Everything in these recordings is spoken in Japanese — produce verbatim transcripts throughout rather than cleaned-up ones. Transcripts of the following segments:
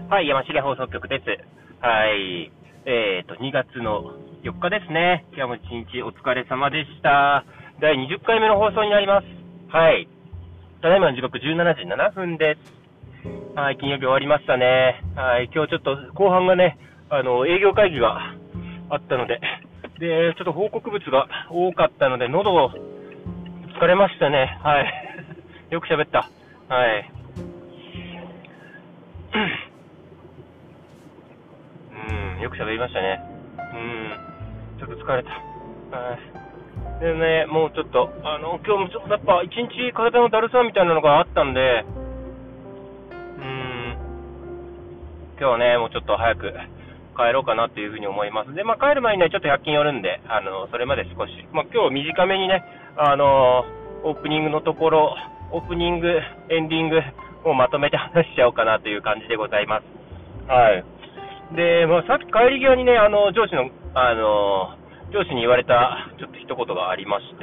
はい、山重放送局です。はい。えっ、ー、と、にがつのよっかですね。今日も一日お疲れ様でした。だいにじゅっかいめの放送になります。はい。ただいまの時刻じゅうしちじななふんです。はい、金曜日終わりましたね。はい、今日ちょっと後半がね、あの、営業会議があったので、で、ちょっと報告物が多かったので、喉を疲れましたね。はい。よく喋った。はい。うん、よく喋りましたね。うん、ちょっと疲れた。はい。でね、もうちょっと、あの、今日もちょっとやっぱ一日体のだるさみたいなのがあったんで、うん、今日はね、もうちょっと早く帰ろうかなっていうふうに思います。で、まあ帰る前にね、ちょっとひゃく均寄るんで、あの、それまで少し、まあ今日短めにね、あの、オープニングのところ、オープニング、エンディングをまとめて話しちゃおうかなという感じでございます。はい。で、まあ、さっき帰り際にね、あの、上司の、あの、上司に言われた、ちょっと一言がありまして、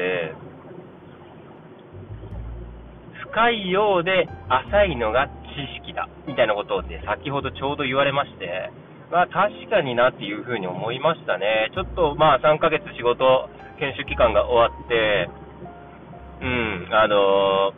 深いようで浅いのが知識だ、みたいなことをね、先ほどちょうど言われまして、まあ、確かになっていうふうに思いましたね。ちょっと、まあ、さんかげつ仕事、研修期間が終わって、うん、あの、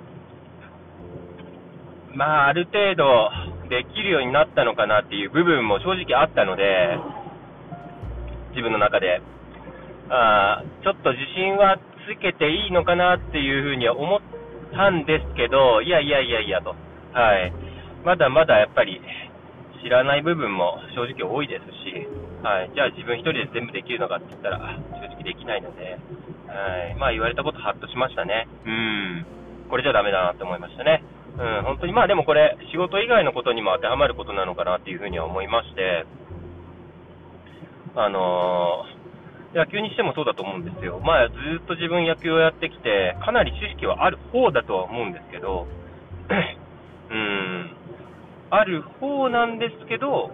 まあ、ある程度できるようになったのかなっていう部分も正直あったので、自分の中で。あちょっと自信はつけていいのかなっていうふうには思ったんですけど、いやいやいやいやと。はい。まだまだやっぱり知らない部分も正直多いですし、はい。じゃあ自分一人で全部できるのかって言ったら正直できないので、はい。まあ言われたことハッとしましたね。うん。これじゃダメだなって思いましたね。うん、本当にまあでもこれ仕事以外のことにも当てはまることなのかなっていうふうには思いまして、あのー、野球にしてもそうだと思うんですよ。まあずっと自分野球をやってきて、かなり知識はある方だとは思うんですけど、うん、ある方なんですけど、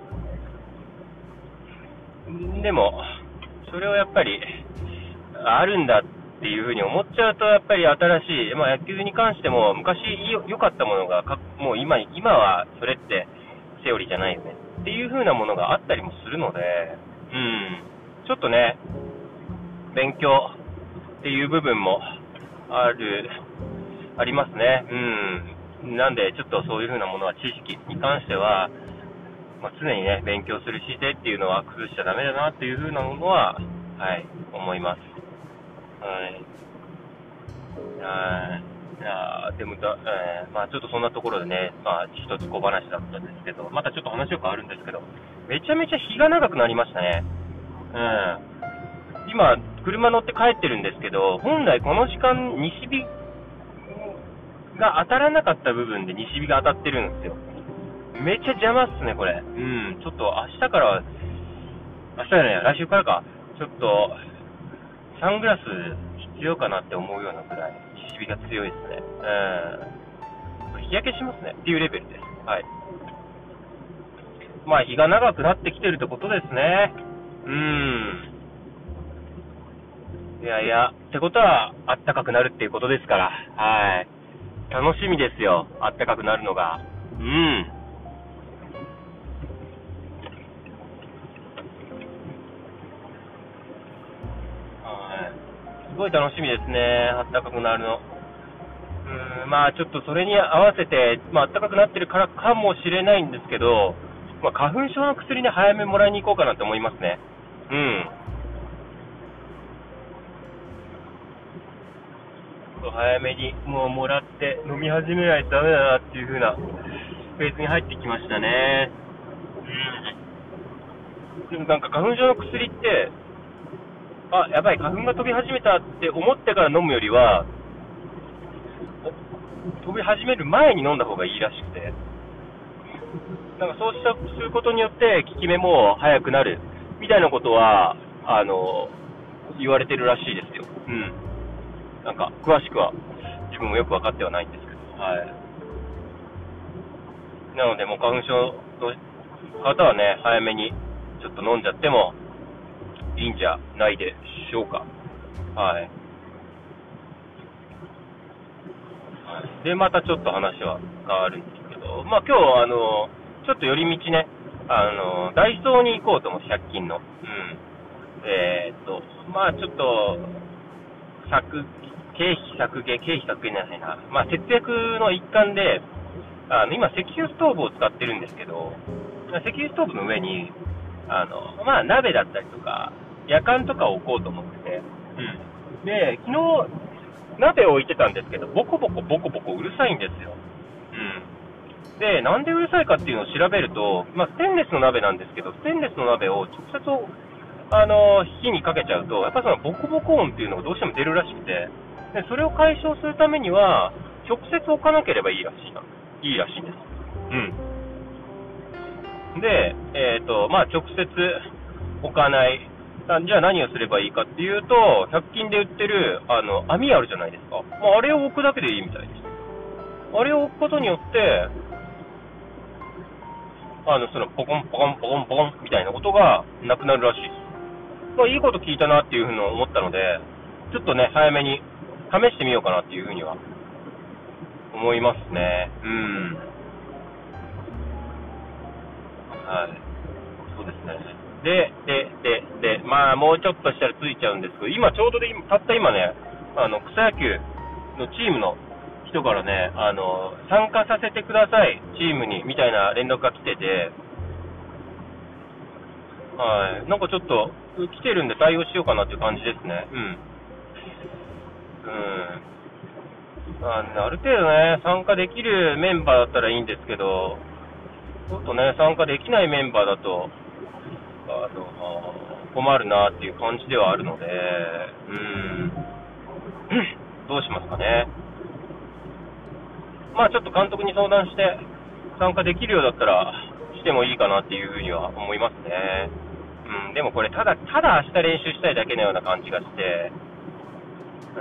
でも、それをやっぱり、あるんだっていうふうに思っちゃうと、やっぱり新しい、まあ野球に関しても、昔良かったものがか、もう今、今はそれってセオリーじゃないよねっていうふうなものがあったりもするので、うん、ちょっとね、勉強っていう部分もある、ありますね。うん。なんで、ちょっとそういうふうなものは知識に関しては、まあ、常にね、勉強する姿勢っていうのは崩しちゃダメだなっていうふうなものは、はい、思います。はい。はい。いやでもだ、えー、まあちょっとそんなところでね、まあ一つ小話だったんですけど、またちょっと話が変わるんですけど、めちゃめちゃ日が長くなりましたね。うん。今、車乗って帰ってるんですけど、本来この時間、西日が当たらなかった部分で西日が当たってるんですよ。めっちゃ邪魔っすね、これ。うん、ちょっと明日からは、明日じゃないや、来週からか、ちょっと、サングラス必要かなって思うようなぐらい、西日が強いですね。うん。日焼けしますねっていうレベルです。はい。まあ、日が長くなってきてるってことですね。うん。いやいや、ってことは、あったかくなるっていうことですから、はい。楽しみですよ、あったかくなるのが。うん。はい。すごい楽しみですね、あったかくなるの。うん、まあちょっとそれに合わせて、まあ暖かくなってるからかもしれないんですけど、まあ花粉症の薬ね、早めもらいに行こうかなって思いますね。うん。早めにもうもらって飲み始めないとダメだなっていう風なフェーズに入ってきましたね。うん。でもなんか花粉症の薬って、あ、やばい、花粉が飛び始めたって思ってから飲むよりは、飛び始める前に飲んだ方がいいらしくて、なんかそうした、することによって効き目も早くなるみたいなことは、あの、言われてるらしいですよ。うん。なんか、詳しくは自分もよく分かってはないんですけど、はい。なので、もう花粉症の方はね、早めにちょっと飲んじゃってもいいんじゃないでしょうか。はい。で、またちょっと話は変わるんですけど、まあ今日、あの、ちょっと寄り道ね、 あの、ダイソーに行こうと思って、ひゃく均の。うん。えーっと、まあちょっと、削、経費削減、経費削減じゃないな。まあ節約の一環で、あの、今石油ストーブを使ってるんですけど、石油ストーブの上に、あの、まあ鍋だったりとか、夜間とかを置こうと思ってて、うん。で、昨日、鍋を置いてたんですけど、ボコボコボコボコうるさいんですよ。うん。で、なんでうるさいかっていうのを調べると、まあ、ステンレスの鍋なんですけど、ステンレスの鍋を直接、あの、火にかけちゃうと、やっぱそのボコボコ音っていうのがどうしても出るらしくて、で、それを解消するためには、直接置かなければいいらしいな。いいらしいんです。うん。で、えっと、まあ、直接置かない。じゃあ何をすればいいかっていうと、ひゃく均で売ってる、あの、網あるじゃないですか。まあ、あれを置くだけでいいみたいです。あれを置くことによって、あの、その、ポコンポコンポコンポコンみたいなことがなくなるらしいです。まあ、いいこと聞いたなっていうふうに思ったので、ちょっとね、早めに試してみようかなっていうふうには思いますね。うん。はい。そうですね。で、で、で、で、まあ、もうちょっとしたらついちゃうんですけど、今ちょうどで、たった今ね、あの、草野球のチームの人からね、あの、参加させてください、チームに、みたいな連絡が来てて、はい。なんかちょっと、来てるんで対応しようかなっていう感じですね。うん。うん。あ、ある程度ね、参加できるメンバーだったらいいんですけど、ちょっとね、参加できないメンバーだと、あの、困るなっていう感じではあるので、うん。どうしますかね。まあちょっと監督に相談して参加できるようだったらしてもいいかなっていうふうには思いますね。うん、でもこれただ、ただ明日練習したいだけのような感じがして、うん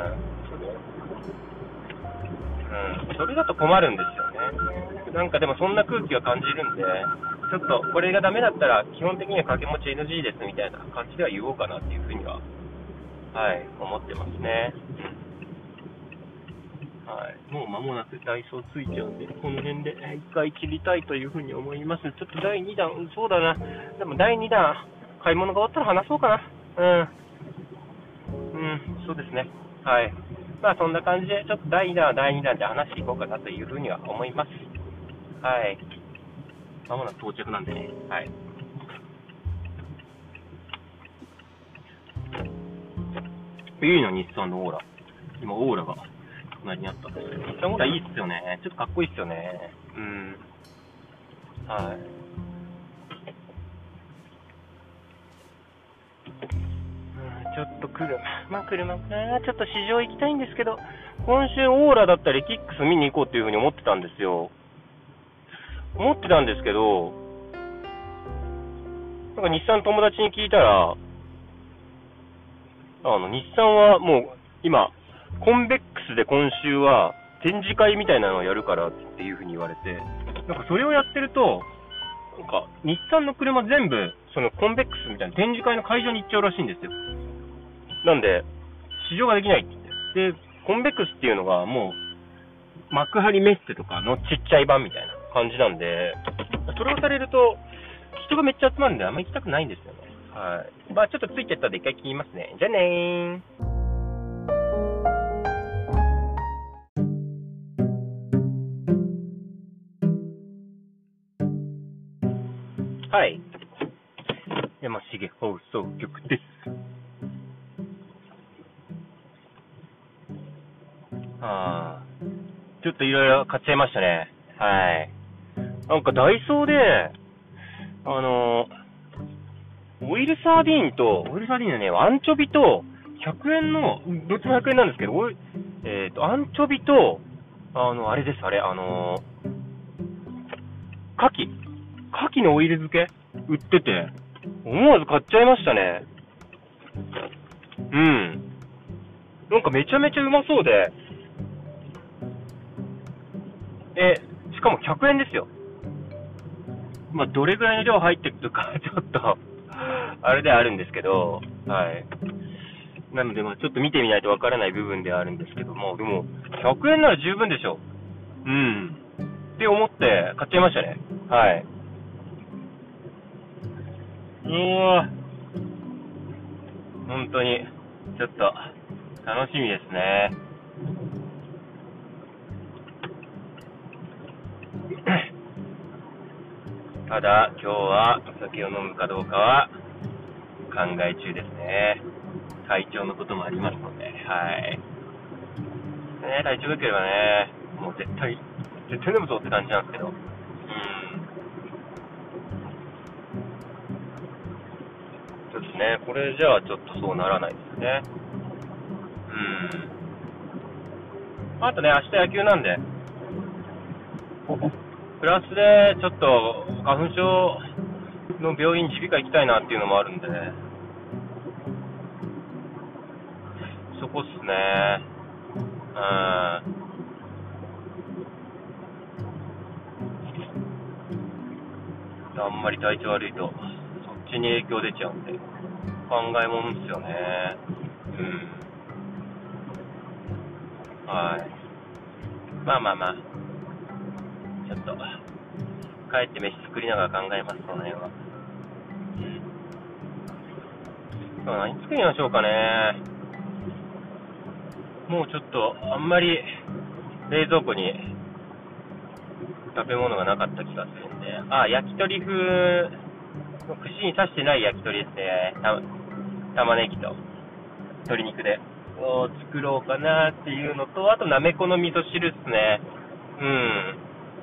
、うん、それだと困るんですよね。なんかでもそんな空気が感じるんで、ちょっとこれがダメだったら基本的には掛け持ち エヌジー ですみたいな感じでは言おうかなっていうふうには、はい、思ってますね。はい、もう間もなくダイソーついちゃうんで、この辺で一回切りたいというふうに思います。ちょっとだいにだん、そうだな、でもだいにだん、買い物が終わったら話そうかな。うん、うん、そうですね。はい。まあそんな感じで、ちょっとだいにだんはだいにだんで話していこうかなというふうには思います。はい。間もなく到着なんでね。はい。いいな、日産のオーラ。今、オーラが隣にあったんですけど、日産オーラいいっすよね。ちょっとかっこいいっすよね。うん。はい。ちょっと車、まあ車かな、ちょっと市場行きたいんですけど、今週オーラだったりキックス見に行こうっていうふうに思ってたんですよ。思ってたんですけど、なんか日産友達に聞いたら、あの、日産はもう今、コンベックスで今週は展示会みたいなのをやるからっていうふうに言われて、なんかそれをやってると、なんか日産の車全部、そのコンベックスみたいな展示会の会場に行っちゃうらしいんですよ。なんで、試乗ができないって言って。で、コンベックスっていうのがもう、幕張メッセとかのちっちゃい版みたいな感じなんで、それをされると、人がめっちゃ集まるんであんま行きたくないんですよね。はい。まあちょっとついてったんで一回切りますね。じゃあねー。はい。山重放送局です。あー、ちょっといろいろ買っちゃいましたね。はい。なんかダイソーで、あのー、オイルサーディーンと、オイルサーディーンのね、アンチョビと、ひゃくえんの、どっちもひゃくえんなんですけど、えっ、ー、と、アンチョビと、あの、あれです、あれ、あのー、牡蠣。牡蠣のオイル漬け売ってて、思わず買っちゃいましたね。うん。なんかめちゃめちゃうまそうで、え、しかもひゃくえんですよ。まあ、どれぐらいの量入ってるか、ちょっと、あれではあるんですけど、はい。なので、まあ、ちょっと見てみないとわからない部分ではあるんですけども、でも、ひゃくえんなら十分でしょ。うん。って思って買っちゃいましたね。はい。 うわ本当にちょっと楽しみですね。ただ今日はお酒を飲むかどうかは考え中ですね。体調のこともありますので、はいね、体調良ければね、もう絶対絶対飲むぞって感じなんですけど、うんそうですね、これじゃあちょっとそうならないですね。うんあとね、明日野球なんでプラスでちょっと花粉症の病院、耳鼻科行きたいなっていうのもあるんで、そこっすね。うん。あんまり体調悪いと、そっちに影響出ちゃうんで、考えもんっすよね。うん。はい。まあまあまあ、ちょっと、帰って飯作りながら考えます、その辺は。うん。そう、何作りましょうかね。もうちょっと、あんまり、冷蔵庫に食べ物がなかった気がするんで、あ、焼き鳥風、串に刺してない焼き鳥ですね。た玉ねぎと鶏肉でを作ろうかなっていうのと、あとなめこの味噌汁っすね。うん。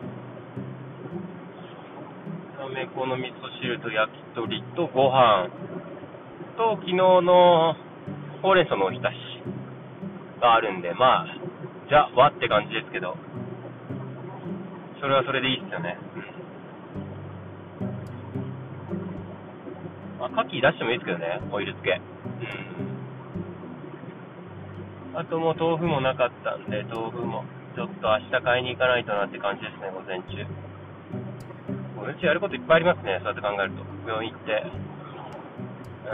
なめこの味噌汁と焼き鳥とご飯と昨日のほうれん草のおひたしがあるんで、まあ、じゃあ、わって感じですけど、それはそれでいいっすよね。まあ、牡蠣出してもいいですけどね、オイル漬け。うん。あともう豆腐もなかったんで、豆腐もちょっと明日買いに行かないとなって感じですね、午前中。午前中やることいっぱいありますね、そうやって考えると。病院行って。うん。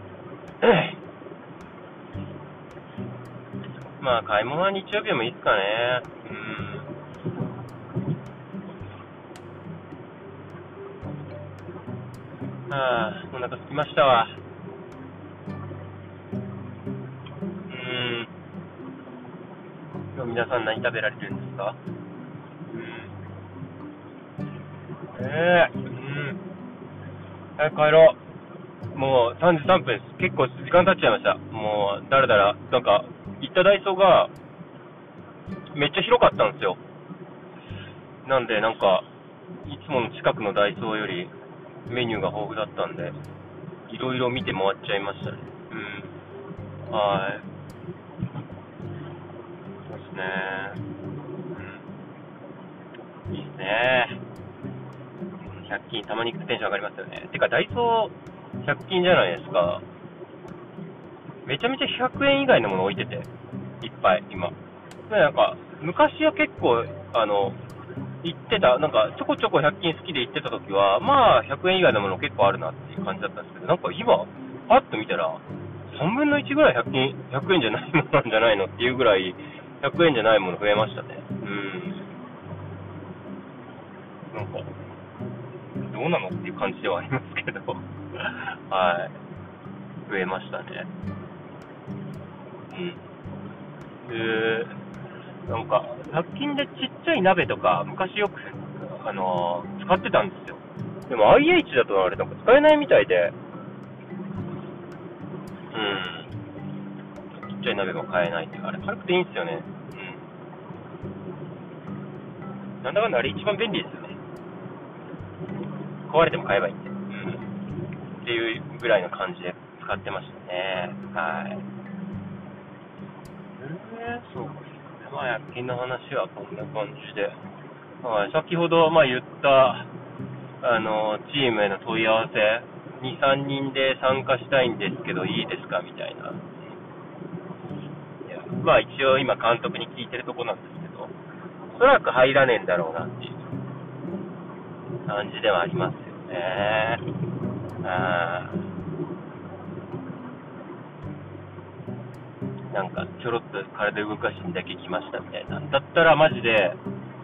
まあ、買い物は日曜日でもいいっすかね。うん。ああ、お腹すきましたわ。うん。今日皆さん何食べられてるんですか？うん。ええー、うん。早く帰ろう。もうさんじさんぷんです。結構時間経っちゃいました。もう、だらだら。なんか、行ったダイソーがめっちゃ広かったんですよ。なんで、なんか、いつもの近くのダイソーよりメニューが豊富だったんで、いろいろ見て回っちゃいましたね。うん。はい。そうですね。うん。いいですね。ひゃく均たまに行くとテンション上がりますよね。てか、ダイソーひゃく均じゃないですか。めちゃめちゃひゃくえん以外のもの置いてて、いっぱい、今。でなんか、昔は結構、あの、行ってた、なんか、ちょこちょこひゃく均好きで行ってた時は、まあ、ひゃくえん以外のもの結構あるなっていう感じだったんですけど、なんか今、パッと見たら、さんぶんのいちぐらいひゃく均、ひゃくえんじゃないものなんじゃないのっていうぐらい、ひゃくえんじゃないもの増えましたね。うん。なんか、どうなのっていう感じではありますけど、はい。増えましたね。うん。で、なんか、ひゃく均でちっちゃい鍋とか、昔よく、あのー使ってたんですよ。でも アイエイチ だとあれ、なんか使えないみたいで、うん。ちっちゃい鍋も買えないっていうか、あれ軽くていいんですよね。うん。なんだかんだあれ一番便利ですよね。壊れても買えばいいんで。うん。っていうぐらいの感じで使ってましたね。はい。えー、そうか。まあ、薬品の話はこんな感じで。はい。先ほど、まあ言った、あの、チームへの問い合わせ、に、さんにんで参加したいんですけど、いいですかみたいな。いやまあ一応今監督に聞いてるとこなんですけど、おそらく入らねえんだろうなっていう感じではありますよね。あなんかちょろっと体動かしにだけ来ましたみたいな。だったらマジで、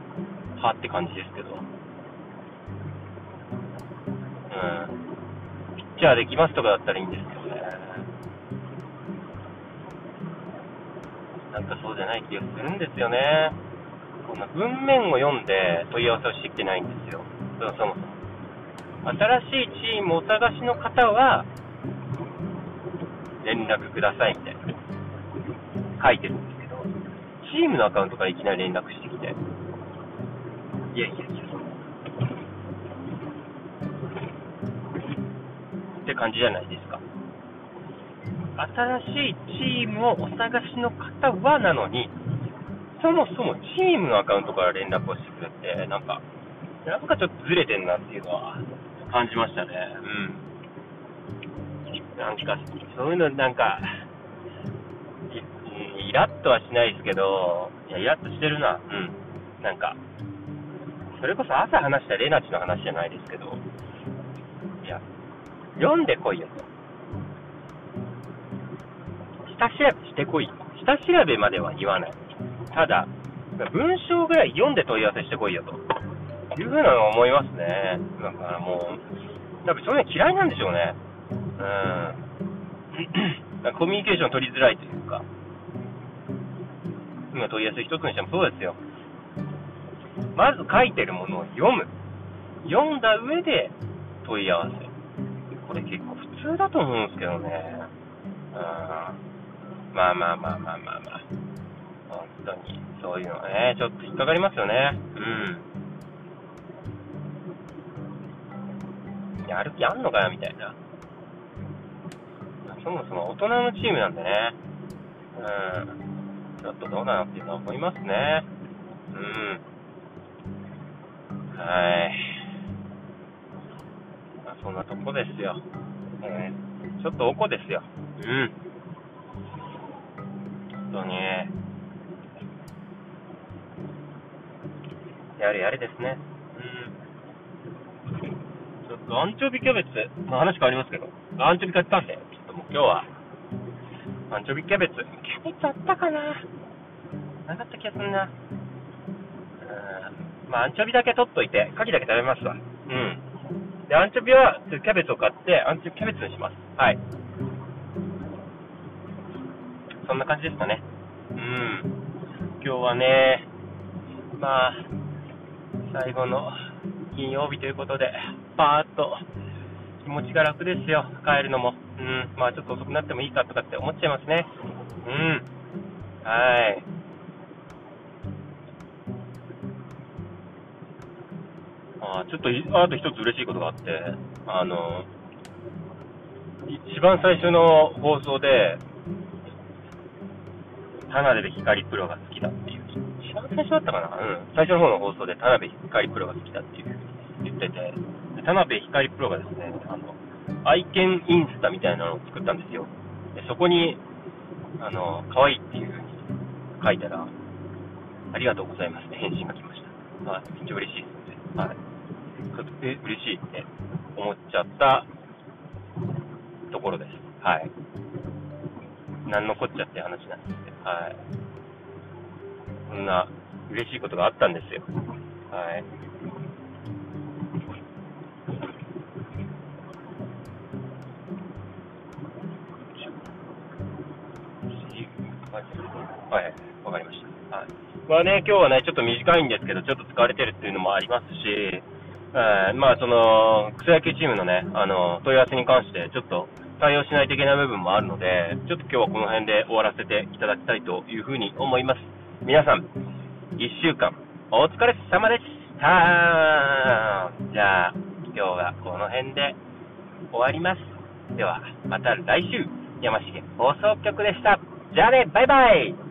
はって感じですけど。うん。 チャーできますとかだったらいいんですけどね。なんかそうじゃない気がするんですよね。こんな文面を読んで問い合わせをしてきてないんですよ。そもそも。新しいチームをお探しの方は、連絡くださいみたいな書いてるんですけど、チームのアカウントからいきなり連絡してきて、いやいやいや、って感じじゃないですか。新しいチームをお探しの方はなのに、そもそもチームのアカウントから連絡をしてくれて、なんか、なんかちょっとずれてんなっていうのは感じましたね。うん。なんか、そういうのなんか、イラッとはしないですけど、いや、イラッとしてるな。うん。なんか、それこそ朝話したレナチの話じゃないですけど、いや、読んでこいよと。下調べしてこい。下調べまでは言わない。ただ、文章ぐらい読んで問い合わせしてこいよと。いうふうなのを思いますね。だからもう、多分そういうの嫌いなんでしょうね。うん。コミュニケーション取りづらいというか、今問い合わせ一つにしてもそうですよ。まず書いてるものを読む。読んだ上で問い合わせ。これ結構普通だと思うんですけどね。うん。まあまあまあまあまあまあ。本当に、そういうのね、ちょっと引っかかりますよね。うん。やる気あんのかよみたいな。そもそも大人のチームなんでね。うん。ちょっとどうなのっていうのは思いますね。うん。はい。まあ、そんなとこですよ。えー、ちょっとおこですよ。うん。本当に。やれやれですね。うん。ちょっとアンチョビキャベツ、まあ、話変わりますけど、アンチョビ買ったんで、ちょっともう今日は、アンチョビキャベツ、キャベツあったかななかった気がするな。うん。まあ、アンチョビだけ取っといて、牡蠣だけ食べますわ。うん。で、アンチョビは、キャベツを買って、アンチョビキャベツにします。はい。そんな感じですかね。うん。今日はね、まあ、最後の金曜日ということで、パーッと気持ちが楽ですよ、帰るのも。うん、まあちょっと遅くなってもいいかとかって思っちゃいますね。うん。はい。あ、ちょっと、あと一つ嬉しいことがあって、あの、一番最初の放送で、田辺光プロが好きだっていう、一番最初だったかな、うん、最初の方の放送で田辺光プロが好きだっていう言ってて、田辺光プロがですね、あの、愛犬インスタみたいなのを作ったんですよ。でそこに、あの、可愛いっていう風に書いたら、ありがとうございますって返信が来ました。はい、めっちゃ嬉しいですね。はい。え、嬉しいって思っちゃったところです。はい。なんのこっちゃって話なんですけど、はい。そんな嬉しいことがあったんですよ。はい。はい、わかりました。はい。まあね、今日はね、ちょっと短いんですけど、ちょっと疲れてるっていうのもありますし、えー、まあその、草野球チームのね、あの、問い合わせに関して、ちょっと対応しないといけない部分もあるので、ちょっと今日はこの辺で終わらせていただきたいというふうに思います。皆さん、いっしゅうかん、お疲れ様でした。じゃあ、今日はこの辺で終わります。では、また来週、山重放送局でした。じゃあね、バイバイ。